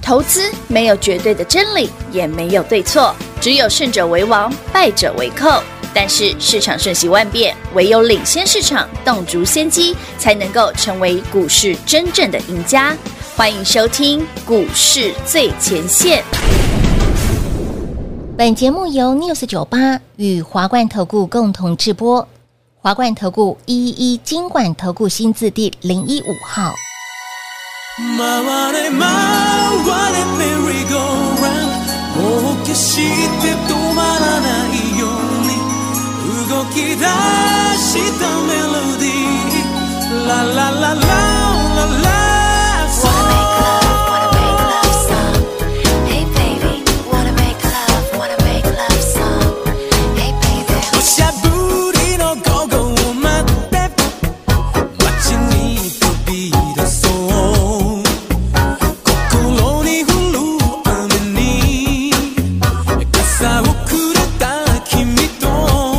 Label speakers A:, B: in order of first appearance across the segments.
A: 投资没有绝对的真理，也没有对错，只有胜者为王，败者为寇。但是市场瞬息万变，唯有领先市场，洞烛先机，才能够成为股市真正的赢家。欢迎收听股市最前线。
B: 本节目由 News98 与华冠投顾共同制播，华冠投顾111金管投顾新字第015号。
C: 動き出したメロディーララララララ
D: Wanna make love song Hey baby Wanna make love song Hey baby
C: 土砂降りの午後を待って街に飛び出そう心に降る雨に傘をくれた君と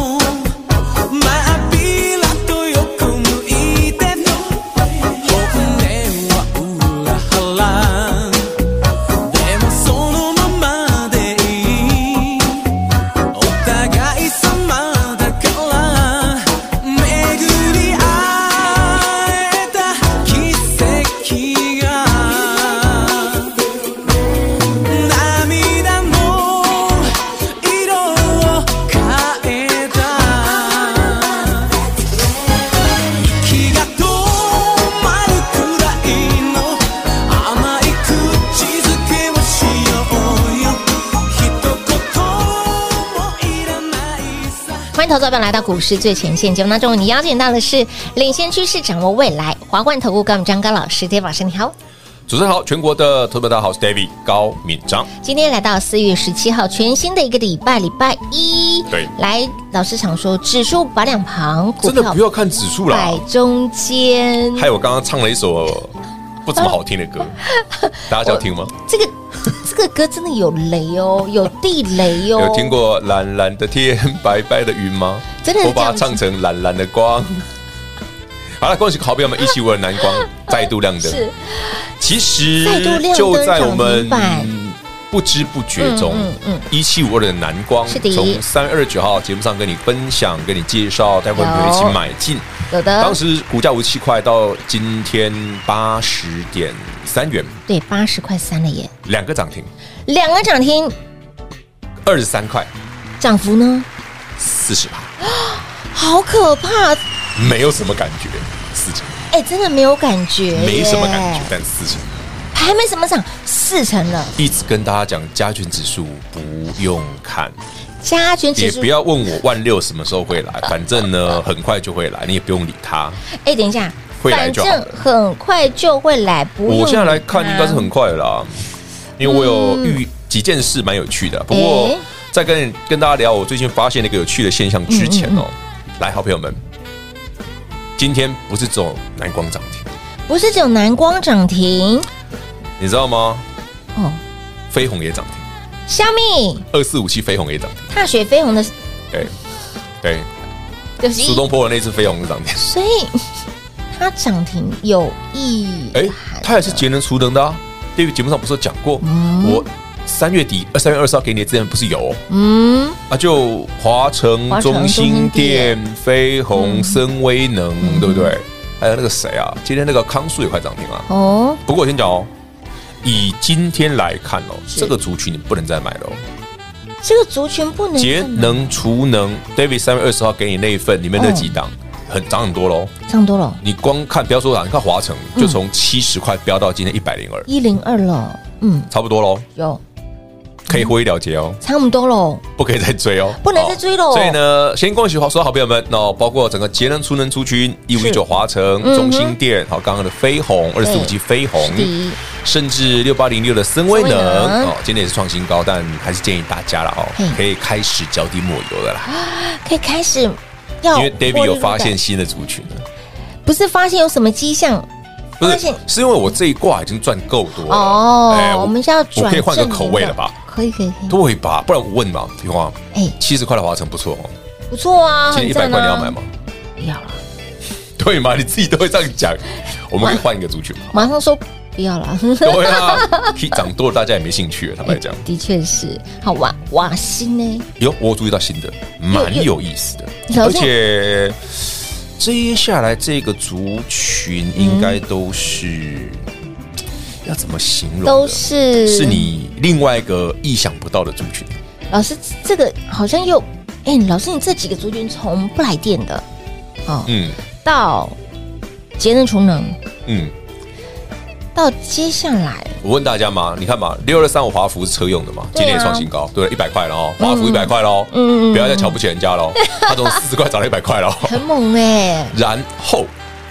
B: 投资者来到股市最前线节目当中，你邀请到的是领先趋势、掌握未来华冠投顾高敏章高老师 ，David 老师你好。
E: 主持人好，全国的投资者大家好，我是 David 高敏章。
B: 今天来到4月17号，全新的一个礼拜，礼拜一。
E: 对，
B: 来，老师常说指数摆两旁，股票
E: 真的不要看指数啦，
B: 摆中间。
E: 还有我刚刚唱了一首不怎么好听的歌，大家要听吗？
B: 这个歌真的有雷哦，有地雷哦。
E: 有听过蓝蓝的天，白白的云吗？
B: 真的是
E: 我把它唱成蓝蓝的光。好了，恭喜好朋友们175的南光再度亮灯。
B: 是，
E: 其实就在我们不知不觉中，1752的南光从3月29号节目上跟你分享、跟你介绍，待会我们一起买进。
B: 有的，
E: 当时股价57块，到今天80.3元，
B: 对，80块3了耶
E: ，2个涨停，23块，
B: 涨幅呢
E: 40%，
B: 好可怕，
E: 没有什么感觉，4成，
B: 哎，真的没有感觉，
E: 没什么感觉，但4成，
B: 还没什么涨，4成了，
E: 一直跟大家讲加权指数不用看。
B: 加权指数
E: 也不要问我16000什么时候会来，反正呢很快就会来，你也不用理它。
B: 哎，等一下，
E: 会来就好，
B: 反正很快就会来，不用理它。
E: 我现在来看应该是很快了啦，因为我有遇几件事蛮有趣的。不过在跟大家聊我最近发现了一个有趣的现象之前哦，来，好朋友们，今天不是只有南光涨停，
B: 不是只有南光涨停，
E: 你知道吗？
B: 哦，
E: 飞鸿也涨停。
B: 小米
E: 2457飞鸿也涨停，
B: 踏雪飞鸿的，
E: 对，苏东坡的那只飞鸿是涨停，
B: 所以它涨停有意义。
E: 它也是节能储能的啊。对于节目上不是有讲过，我3月底3月20号给你的资源不是有就华城、中兴电、飞鸿、森威能，对不对？还有那个谁啊，今天那个康素也快涨停了哦。不过我先讲哦。以今天来看哦，这个族群你不能再买了哦。
B: 这个族群不能
E: 节能储能 ，David 3月20号给你那一份里面那几档，涨很多喽，
B: 涨多了。
E: 你光看不要说你看华城就从70块飙到今天102
B: 了，
E: 差不多喽，
B: 有
E: 可以获利了结哦，
B: 差不多喽，
E: 不可以再追哦，
B: 不能再追喽。
E: 所以呢，先恭喜所有好朋友们，包括整个节能储能族群1519华城、中兴电，好，刚刚的飞鸿2457飞鸿，甚至6806的森威能，今天也是创新高，但还是建议大家了可以开始脚底抹油的啦，
B: 可以开始要，
E: 因为 David 有发现新的族群了，
B: 不是发现有什么迹象。
E: 不是因为我这一挂已经赚够多了哦，
B: 我们是要转，
E: 我可以换个口味了吧？
B: 可以，
E: 对吧？不然我问嘛，平花，70块的华城不错哦，
B: 不错啊，
E: 今天100块你要买吗？
B: 不要了，
E: 对嘛？你自己都会这样讲，我们可以换一个族群嘛？
B: 马上说不要了。
E: 对啊，涨多了大家也没兴趣了，坦白讲。
B: 的确是。好，瓦新呢？
E: 有，我注意到新的，蛮有意思的，而
B: 老师
E: 且接下来这个族群应该都是要怎么形容的？
B: 都是
E: 你另外一个意想不到的族群。
B: 老师，这个好像又老师，你这几个族群从不来电的到节能储能，到接下来，
E: 我问大家嘛，你看嘛，6235华孚是车用的嘛，今年也创新高，对，100块了哦，华孚100块喽，不要再瞧不起人家喽，它从40块涨到100块喽，
B: 很猛哎。
E: 然后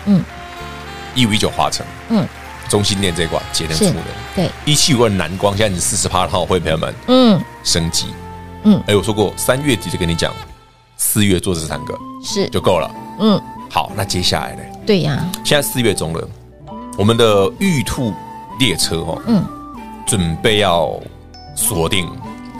E: ，1519华城，中心店这一挂节能储能，
B: 对
E: ，1752南光现在是40%了哈，会朋友们，升级，我说过3月底就跟你讲，4月做这3个
B: 是
E: 就够了，好，那接下来呢？
B: 对呀，
E: 现在4月中了，我们的玉兔列车准备要锁定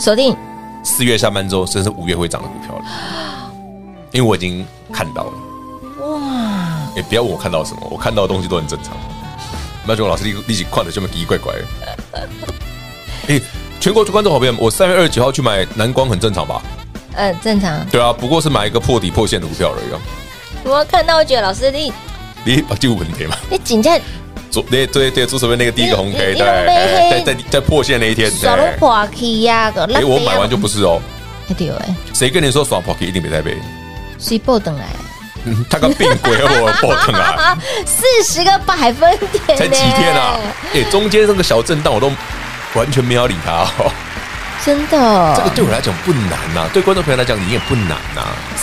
E: 4月下半周，甚至5月会涨的股票了，因为我已经看到了。哇！也不要问我看到什么，我看到的东西都很正常。那就老师立即看的这么奇怪怪的。全国观众好朋友们，我3月29号去买南光很正常吧？
B: 正常。
E: 对啊，不过是买一个破底破线的股票而已。
B: 我看到，我觉得老师你
E: 把这个问题嘛？
B: 你紧在
E: 对，左手边那个第一个红 K， 在破线那一天，
B: 耍龙破 K 呀个。
E: 我买完就不是哦。
B: 对
E: 谁跟你说耍破 K 一定没在背？
B: 谁报等来？
E: 他刚变鬼我报等来
B: ，40个百分点，
E: 才几天啊？中间那个小震荡我都完全没有理他哦。
B: 真的，
E: 这个对我来讲不难呐，对观众朋友来讲你也不难呐。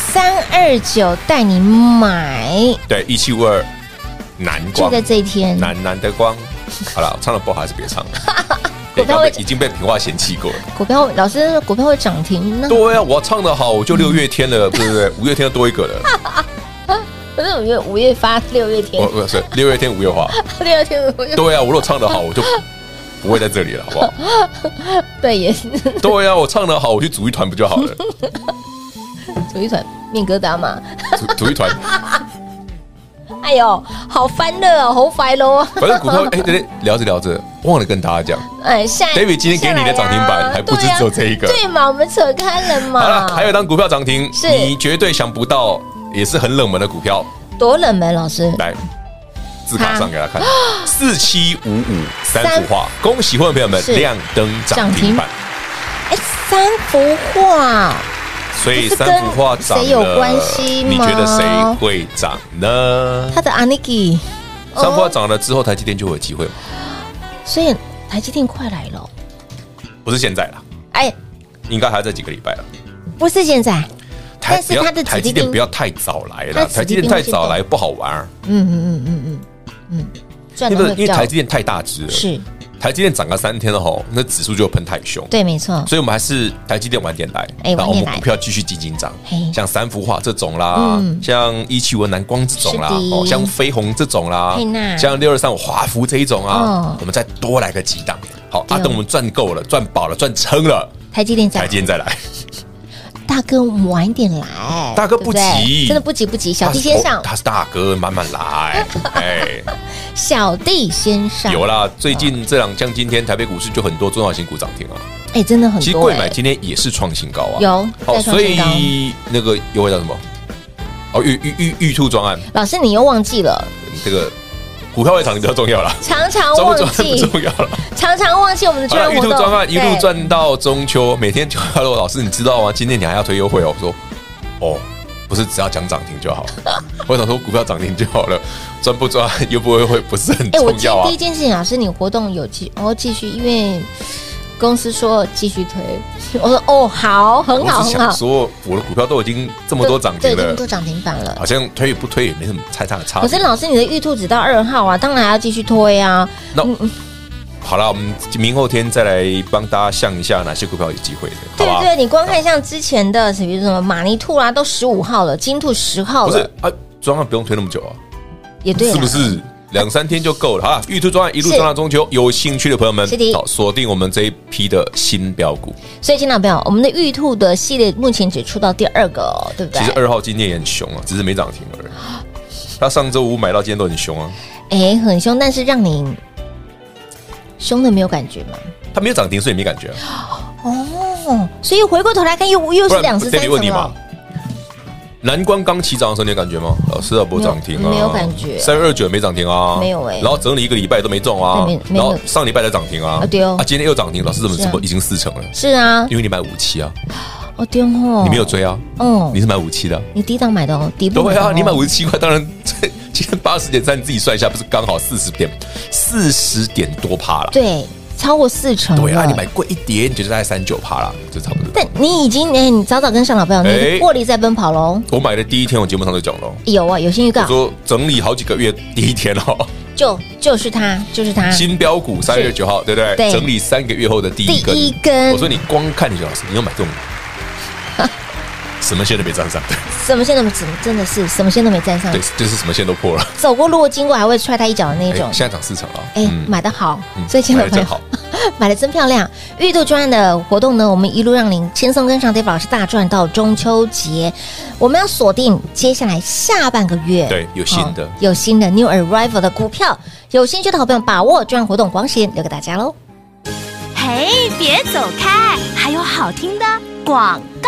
B: 329带你买，
E: 对，1752南光
B: 就在这一天，
E: 南的光。好了，唱的不好还是别唱了。已经被平话嫌弃过了。
B: 股票老师，股票会涨停呢？
E: 对啊，我唱的好，我就6月天了，对不对？5月天又多一个了。
B: 不是5月发6月天，
E: 不是6月天5月花。
B: 6月天5月。
E: 对啊，我如果唱的好，我就不会在这里了，好不好？
B: 对，也是。
E: 对啊，我唱的好，我去组一团不就好了？
B: 组一团面疙瘩嘛？
E: 组一团。
B: 哎呦，好欢乐哦，好快乐哦！
E: 反正股票，对，聊着，忘了跟大家讲，
B: 下
E: David 今天给你的涨停板还不止只有这一个，
B: 对嘛？我们扯开了嘛。
E: 好了，还有一档股票涨停，你绝对想不到，也是很冷门的股票。
B: 多冷门，老师？
E: 来，字卡上给他看，4755三幅画，恭喜会员朋友们亮灯涨停板。
B: 三幅画。
E: 所以三幅画涨了，
B: 谁有关系吗？
E: 你觉得谁会涨呢？
B: 他的 Aniki
E: 三幅画涨了之后，台积电就有机会吗？
B: 所以台积电快来了，
E: 不是现在啦，应该还要再几个礼拜了。
B: 不是现在，但是他的
E: 台积电不要太早来了，台积电太早来不好玩。因为台积电太大只了，是。台积电涨个3天了吼，那指数就喷太凶。
B: 对，没错。
E: 所以我们还是台积电晚点来，然后我们股票继续紧紧涨，像三幅画这种啦，像1751南光这种啦，像飞鸿这种啦，像6235华孚这一种啊，我们再多来个几档。好，等我们赚够了、赚饱了、赚撑了，
B: 台积电再来。大哥，晚一点来。
E: 大哥不急，
B: 真的不急，小弟先上。
E: 他是大哥，慢慢来。
B: 小弟先上。
E: 有啦，最近这像今天台北股市就很多中小型股涨停啊。
B: 真的很多。
E: 其实贵买今天也是创新高啊。
B: 有。
E: 所以那个优惠叫什么？玉兔专案。
B: 老师，你又忘记了。
E: 这个股票会涨比较重要啦，
B: 常常忘记
E: 不重要了。
B: 常常忘记我们的专案活动。
E: 玉兔专案一路赚到中秋，每天就Hello老师，你知道吗？今天你还要推优惠哦。我说不是只要讲涨停就好。我想说股票涨停就好了，赚不赚又不会不是很重要啊。
B: 第一件事情，老师，你活动有继续，因为公司说继续推。我说好，很好，很好。
E: 说我的股票都已经这么多涨停了，
B: 这么多涨停板了，
E: 好像推与不推也没什么太大的差别。
B: 可是老师，你的玉兔只到2号啊，当然还要继续推啊。
E: 好了，我们明后天再来帮大家想一下哪些股票有机会的，好吧？
B: 对，你光看像之前的，比如什么马尼兔啦，都15号了，金兔10号了。
E: 不是啊，专案不用推那么久啊，
B: 也对，
E: 是不是2-3天就够了？好了，玉兔专案一路赚到中秋，有兴趣的朋友们，好锁定我们这一批的新标股。
B: 所以，亲爱的朋友，我们的玉兔的系列目前只出到第2个哦，对不对？
E: 其实2号今天也很凶啊，只是没涨停而已。他上周5买到今天都很凶啊，
B: 很凶，但是让你凶的没有感觉吗？
E: 它没有涨停，所以没感觉。
B: 哦，所以回过头来看，又是2次3层
E: 问你嘛
B: 了。，
E: 南光刚起涨的时候，你有感觉吗？老师啊，不涨停啊，
B: 没有感觉
E: 3月29没涨停啊，
B: 没有欸
E: 然后整理1个礼拜都没中啊
B: 没，
E: 然后上礼拜才涨停啊，
B: 对哦
E: 今天又涨停，老师怎么
B: 是啊
E: 已经4成了？
B: 是啊，
E: 因为你买57啊，
B: 哦对哦，
E: 你没有追啊，
B: 哦
E: 你是买57的啊。
B: 你低档买的哦，底部
E: 对啊，
B: 的哦
E: 你买57块，当然今天80.3，你自己算一下，不是刚好40点多趴了？
B: 对，超过4成了。
E: 对啊，你买贵一点，你就大概39趴了，就差不多。
B: 但你已经你早早跟上老朋友，你的获利在奔跑喽。
E: 我买的第一天，我节目上就讲了，
B: 有啊，有新预告
E: 我，说整理好几个月，第一天哦，
B: 就是它，
E: 新标股3月9号，对不对？
B: 对
E: 整理3个月后的第一根，
B: 第一根
E: 我说你光看你就老师，你要买这种，什么线都没沾上，对
B: 什么线都没，真的是什么线都没沾上
E: 对，，就是什么线都破了。
B: 走过路过经过还会踹他一脚的那种。
E: 现在涨4成了，
B: 哎，买的好，所以亲爱的朋友
E: 买的真好。
B: 买的真漂亮！玉兔专案的活动呢，我们一路让您轻松跟上 David 老师大赚到中秋节。我们要锁定接下来下半个月，
E: 对有新的
B: 有新的 New Arrival 的股票，有兴趣的好朋友把握专案活动，光时间留给大家喽。
F: 嘿，别走开，还有好听的广告。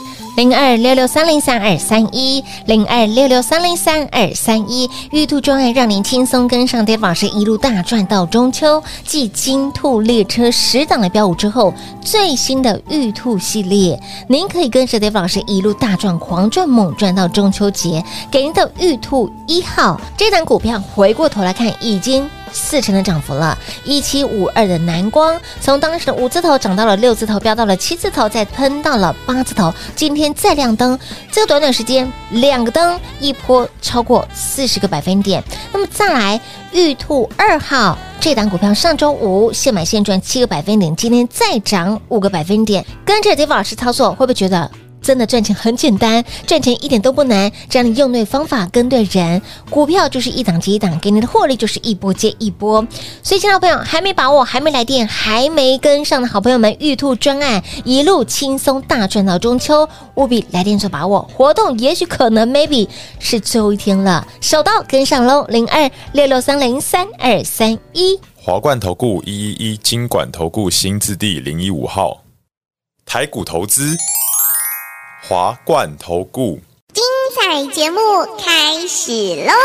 B: 0266303231，0266303231，玉兔专案让您轻松跟上 David 老师一路大赚到中秋。继金兔列车10档的标舞之后，最新的玉兔系列，您可以跟着 David 老师一路大赚、狂赚、猛赚到中秋节。给您的玉兔1号这档股票，回过头来看，已经4成的涨幅了，1752的南光，从当时的5字头涨到了6字头，飙到了7字头，再喷到了8字头，今天再亮灯，这个短短时间2个灯，一波超过40个百分点。那么再来玉兔2号这档股票，上周五现买现赚7个百分点，今天再涨5个百分点，跟着 David 老师操作，会不会觉得真的赚钱很简单，赚钱一点都不难，只要你用对方法跟对人，股票就是一档接一档，给你的获利就是一波接一波。所以亲爱的朋友，还没把握，还没来电，还没跟上的好朋友们，玉兔专案一路轻松大赚到中秋，务必来电做把握，活动也许可能 maybe 是最后一天了，手到跟上喽，0266303231。
G: 华冠投顾111金管投顾新字第015号，台股投资，华冠投顾。
H: 彩节目开始喽！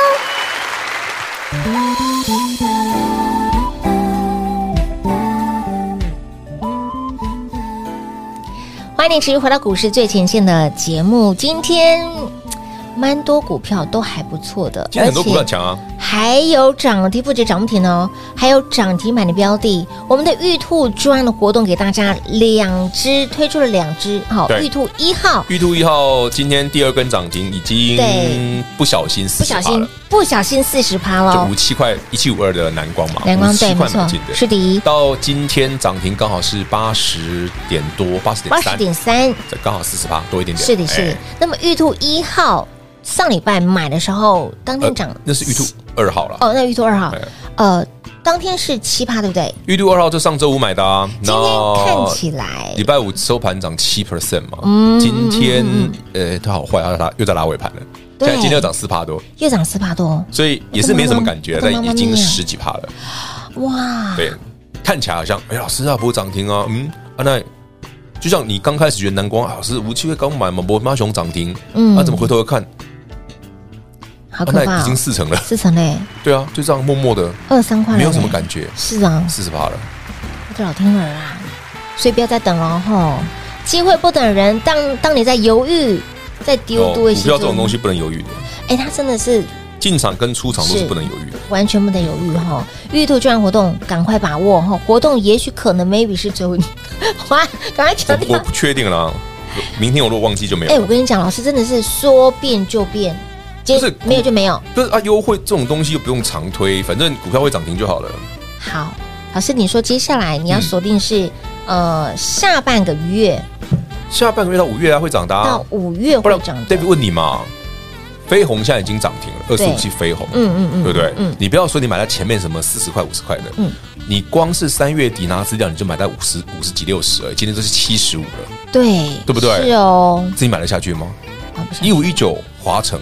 B: 欢迎你持续回到股市最前线的节目。今天蛮多股票都还不错的，
E: 今天很多股票强啊，
B: 还有涨停不止涨不停哦，还有涨停板的标的。我们的玉兔专案的活动给大家推出了2只，好，
E: 对
B: 玉兔1号
E: 玉兔1号今天第2根涨停，已经
B: 对
E: 不小心40%了，
B: 不小心40%
E: 就
B: 了，
E: 57块1752的南光嘛，
B: 南光对，
E: 57
B: 没错
E: 块买进，的，
B: 是第一
E: 到今天涨停刚好是80点多，80.3，
B: 80.3，
E: 这刚好40%多一点点。
B: 是的，是的
E: 哎。
B: 那么玉兔1号上礼拜买的时候，当天涨，
E: 那是玉兔2号了。
B: 哦，那玉兔2号
E: 哎，
B: 当天是7%，对不对？
E: 玉兔2号就上周五买的啊，
B: 今天看起来
E: 礼拜5收盘涨7% 嘛，今天它好坏，它又在拉尾盘了，
B: 对
E: 现在今天又涨4%多，
B: 又涨4%多，
E: 所以也是没什么感觉，但已经10几%了。
B: 哇！
E: 对，看起来好像老师啊，不会涨停啊，那就像你刚开始觉得南光老师57块刚买嘛，我妈熊涨停，怎么回头看？
B: 好可怕
E: 那已经4成了
B: ，4成嘞，
E: 对啊，就这样默默的
B: 23块，
E: 没有什么感觉，
B: 是啊
E: ，40%了。
B: 我的老天儿啊！所以不要再等了吼，机会不等人。当你在犹豫、在丢
E: 股票这种东西不能犹豫的，
B: 哎，它真的是
E: 进场跟出场都是不能犹豫的，
B: 完全不能犹豫哈！玉兔专案活动赶快把握哈！活动也许可能 maybe 是最后一，哇，赶快强调。
E: 我不确定啦，明天我如果忘记就没有了。
B: 哎，我跟你讲，老师真的是说变就变，
E: 不是
B: 没有就没有。
E: 不是啊，优惠这种东西又不用常推，反正股票会涨停就好了。
B: 好，老师，你说接下来你要锁定是下半个月，
E: 下半个月到5月啊会涨的啊，
B: 到5月
E: 不然
B: 会涨的。
E: David 问你嘛，飞鸿现在已经涨停了，2457飞鸿，对不对？你不要说你买在前面什么40块50块的，你光是3月底拿资料你就买在50几60而已，今天这是75了，
B: 对，
E: 对不对？
B: 是哦，
E: 自己买得下去吗
B: 不晓得
E: ？1519华城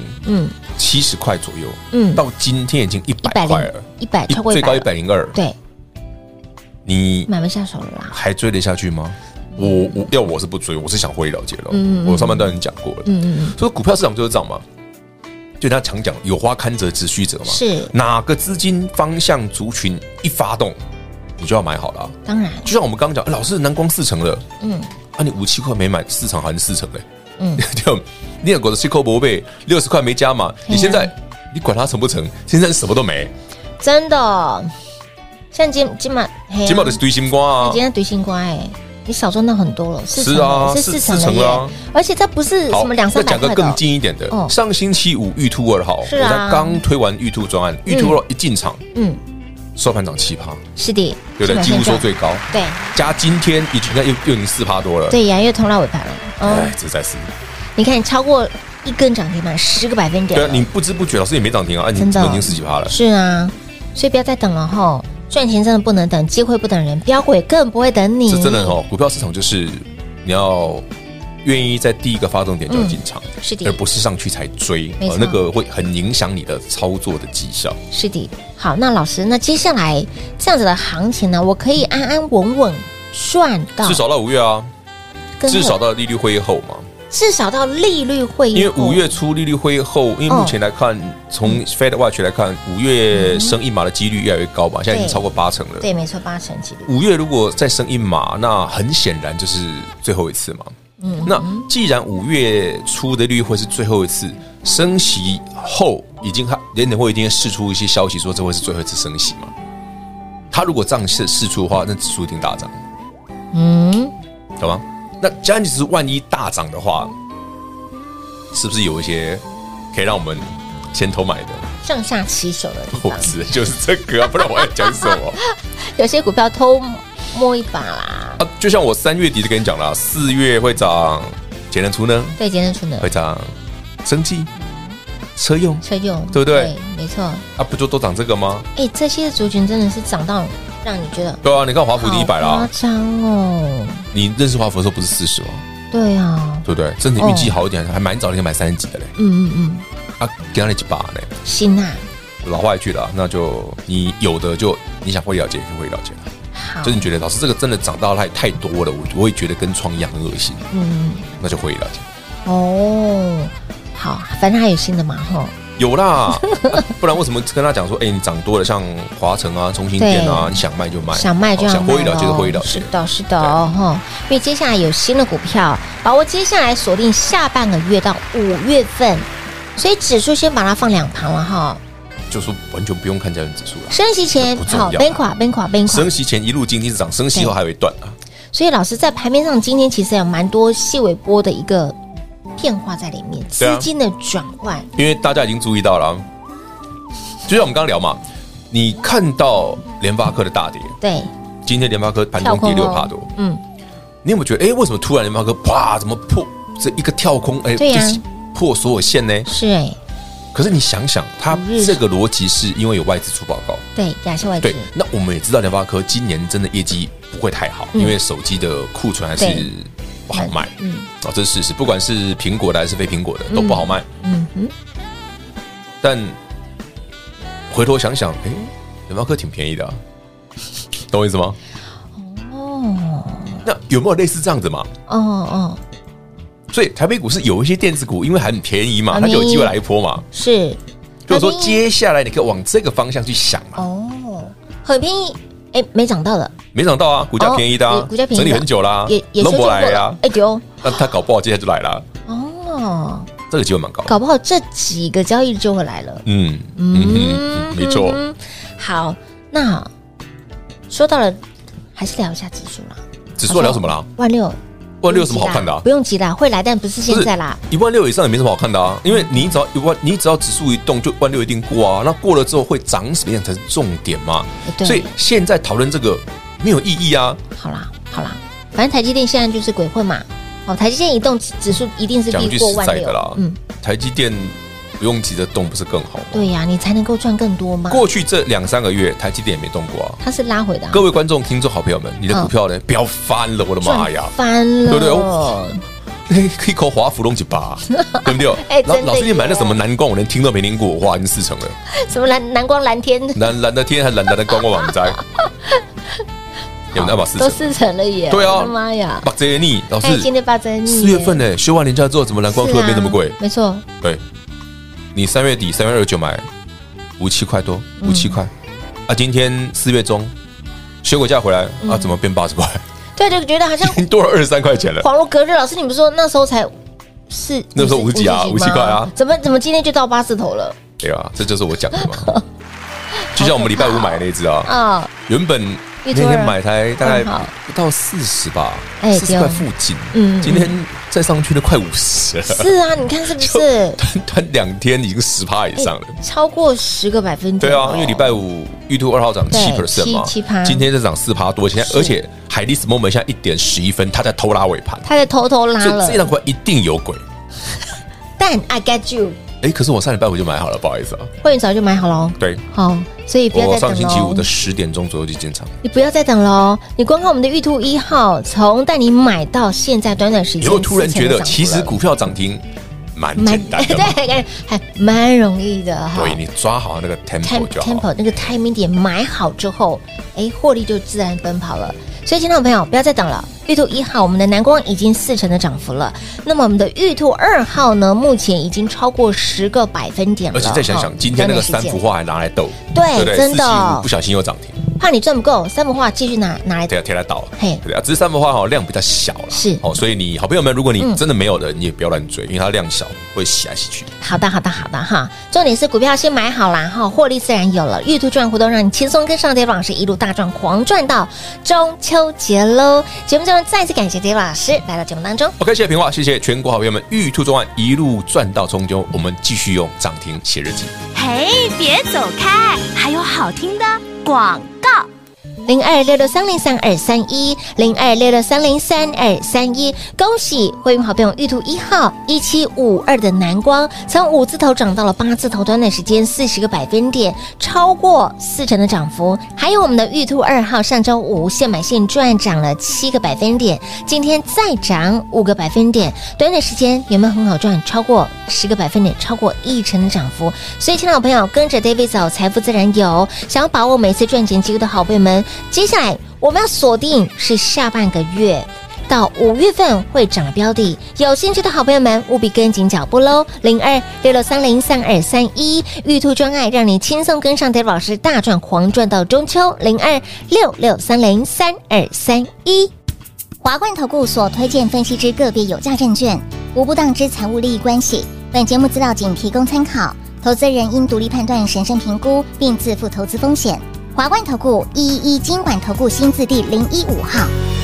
E: ，70块左右，到今天已经100块了
B: 100超过100
E: 最高
B: 了
E: 102，
B: 对，
E: 你
B: 买不下手了啦。
E: 还追得下去吗？我是不追，我是想获利了结了。我上半段已经讲过了。所以股票市场就是这样嘛。就人家常讲有花堪折直须折嘛，
B: 是
E: 哪个资金方向族群一发动，你就要买好了。
B: 当然，
E: 就像我们刚刚讲，老师南光4成了，你5-7块没买，4成还是4成嘞，就你有股的7块不被60块没加嘛，你现在你管它成不成，现在什么都没，
B: 真的，像今晚
E: 的是堆心瓜啊，
B: 今天堆心瓜你少赚到很多了，
E: 是啊，
B: 是4成了耶，而且这不是什么200-300块的。
E: 再讲个更近一点的，上星期五玉兔2号，我才刚推完玉兔专案，玉兔2一进场，收盘涨7%，
B: 是的，
E: 对不对？几乎收最高，
B: 对，
E: 加今天已经又已经4%多了，
B: 对呀，又通到尾盘了，
E: 哎，这才是。
B: 你看，超过1根涨停板10个百分点，
E: 对啊，你不知不觉，老师也没涨停啊，你已经10几%了，
B: 是啊，所以不要再等了哈。赚钱真的不能等，机会不等人，标股也更不会等你。
E: 这真的股票市场就是你要愿意在第一个发动点就要进场，
B: 是的，
E: 而不是上去才追，那个会很影响你的操作的绩效。
B: 是的，好，那老师，那接下来这样子的行情呢，我可以安安稳稳赚到，
E: 至少到5月啊，至少到利率会议后嘛。
B: 至少到利率会议后，
E: 因为5月初利率会议后，因为目前来看，从 Fed Watch 来看，5月升1码的几率越来越高吧，现在已经超过8成了。
B: 对，没错，8成几率。
E: 5月如果再升1码，那很显然就是最后一次嘛。那既然5月初的利率会是最后一次升息后，联准会一定释出一些消息说这会是最后一次升息嘛？他如果这样释出的话，那指数一定大涨。懂吗？那加权指数万一大涨的话，是不是有一些可以让我们先头买的
B: 上下其手的地方？
E: 就是这个啊，不然我要讲什么？
B: 有些股票偷摸一把啦。
E: 就像我3月底就跟你讲了，4月会涨节能储能，
B: 对，节能储能
E: 会涨生技、车用，对不对？
B: 对，没错。
E: 不就都涨这个吗？
B: 这些族群真的是涨到让你觉得，
E: 对啊，你看华孚第100啦，
B: 夸张哦。
E: 你认识华孚的时候不是40吗？
B: 对啊，
E: 对不对？甚至运气好一点，还蛮早，你可以买30几的嘞。给他那几把呢？
B: 行啊，
E: 老话一句了，那就你有的就你想获利了结，可以获利了结了。
B: 好，
E: 就是你觉得老师这个真的涨到太多了，我会觉得跟创一样很恶心。那就获利了结。
B: 好，反正还有新的嘛，
E: 有啦，不然为什么跟他讲说，你涨多了，像华城啊、中兴电啊，你想卖就卖，
B: 想卖就要卖，
E: 想获利了结就获利了结。
B: 是的哦，因为接下来有新的股票，把握接下来锁定下半个月到5月份，所以指数先把它放2旁了哈。
E: 就说完全不用看加权指数了，
B: 升息前好边垮，
E: 升息前一路经济是涨，升息后还有一段啊。
B: 所以老师在盘面上今天其实有蛮多细微波的一个变化在里面，资金的转换，
E: 因为大家已经注意到了，就像我们刚刚聊嘛，你看到联发科的大跌，
B: 对，
E: 今天联发科盘中跌6%多，你有没有觉得，为什么突然联发科啪怎么破这一个跳空，
B: 对呀，
E: 破所有线呢？
B: 是
E: 可是你想想，它这个逻辑是因为有外资出报告，
B: 对，亚细外资。
E: 对，那我们也知道联发科今年真的业绩不会太好，因为手机的库存还是不好卖，这是事实。不管是苹果的还是非苹果的都不好卖，但回头想想，联发科挺便宜的，懂我意思吗？那有没有类似这样子嘛？所以台北股市有一些电子股，因为很便宜嘛，它就有机会来一波嘛。
B: 是，
E: 就是说接下来你可以往这个方向去想嘛。
B: 很便宜，没涨到的，
E: 没涨到啊，股价便宜的，股价便宜，整理很久啦，
B: 也弄不来呀，丢，
E: 那它搞不好接下来就来了。这个机会蛮高，
B: 搞不好这几个交易日就会来了。
E: 没错。
B: 好，那说到了，还是聊一下指数啦。
E: 指数聊什么啦
B: ？16000。
E: 16000有什么好看的？
B: 不用急啦，会来，但不是现在啦。
E: 16000以上也没什么好看的啊，因为你只要指数一动，就16000一定过啊。那过了之后会涨什么样才是重点嘛？所以现在讨论这个没有意义啊。好啦，反正台积电现在就是鬼混嘛。台积电一动，指数一定是低过16000 的啦。台积电不用急着动，不是更好吗？
B: 对呀，你才能够赚更多嘛。
E: 过去这2-3个月，台积电也没动过啊，
B: 它是拉回的。
E: 各位观众、听众、好朋友们，你的股票呢，飙翻了！我的妈呀，
B: 翻了，
E: 对不对？一口华孚弄几把，对不对？老师，你买那什么蓝光，我连听都没听过，哇，已经4成了。
B: 什么蓝光蓝天？
E: 蓝的天还蓝的光，我网摘。 有没有把4成？
B: 都4成了耶！
E: 对啊
B: 我的妈呀！
E: 把这些逆老师，
B: 今天把这逆
E: 4月份呢，休完年假之后，怎么蓝光突然变那么贵？
B: 没错，
E: 对，你3月底3月29买57块多，57块啊，今天4月中休个假回来啊，怎么变80块？
B: 对，就觉得好像
E: 已经多了23块钱了。
B: 恍如隔日，老师，你不是说那时候才
E: 那时候50几啊，57块啊，
B: 怎么今天就到8字头了？
E: 对啊，这就是我讲的嘛。就像我们礼拜五买的那只啊，原本那天买台大概不到40吧，40块附近，今天再上去了快50了。
B: 是啊，你看是不是？
E: 短2天已经10%以上了，
B: 超过10个百分点。
E: 对啊，因为礼拜五玉兔2号涨7%嘛
B: ，7%，
E: 今天再涨4%多，现在而且海力士 moment 现在1点11分，它在偷拉尾盘，
B: 它在偷拉了，
E: 所以这档股一定有鬼。
B: 但 I get you。
E: 可是我上礼拜五就买好了，不好意思啊。
B: 会员早就买好了，
E: 对，
B: 好，所以不要再等了。
E: 我上星期五的10点钟左右就进场，
B: 你不要再等了。你光看我们的玉兔1号，从带你买到现在短时间，
E: 你会突然觉得其实股票涨停蛮简单的，
B: 对，还蛮容易的哈。
E: 对，你抓好那个 tempo 就好，
B: 那个 timing 点买好之后，获利就自然奔跑了。所以，亲爱的朋友，不要再等了。玉兔1号，我们的南光已经4成的涨幅了。那么，我们的玉兔2号呢，目前已经超过10个百分点了。
E: 而且再想想，今天那个3幅画还拿来斗，
B: 对，真的
E: 不小心又涨停。
B: 怕你赚不够，3幅画继续拿来
E: 贴来倒，
B: 嘿，
E: 对啊，只是3幅画量比较小了，
B: 是
E: 所以你好朋友们，如果你真的没有的，你也不要乱追，因为它量小，会洗来洗去。
B: 好的哈，重点是股票先买好啦哈，获利自然有了。玉兔赚活动让你轻松跟上David老师一路大赚狂赚到中秋节喽！节目中再次感谢David老师来到节目当中。
E: OK， 谢谢平话，谢谢全国好朋友们，玉兔中案一路赚到中秋，我们继续用涨停写日记。
F: 嘿，别走开，还有好听的广告。
B: 0266303231，0266303231，恭喜会员好朋友玉兔1号1752的南光，从5字头涨到了8字头，短时间40个百分点，超过4成的涨幅。还有我们的玉兔2号，上周五现买现赚涨了7个百分点，今天再涨5个百分点，短短时间有没有很好赚？超过10个百分点，超过1成的涨幅。所以，亲爱的朋友，跟着 David 走，财富自然有。想要把握每次赚钱机会的好朋友们，接下来我们要锁定是下半个月到5月份会涨的标的，有兴趣的好朋友们务必跟紧脚步喽！0266303231，玉兔专爱让你轻松跟上 David 老师大赚狂赚到中秋！0266303231。
H: 华冠投顾所推荐分析之个别有价证券，无不当之财务利益关系。本节目资料仅提供参考，投资人应独立判断、审慎评估，并自负投资风险。华冠投顾111金管投顾新字第015号。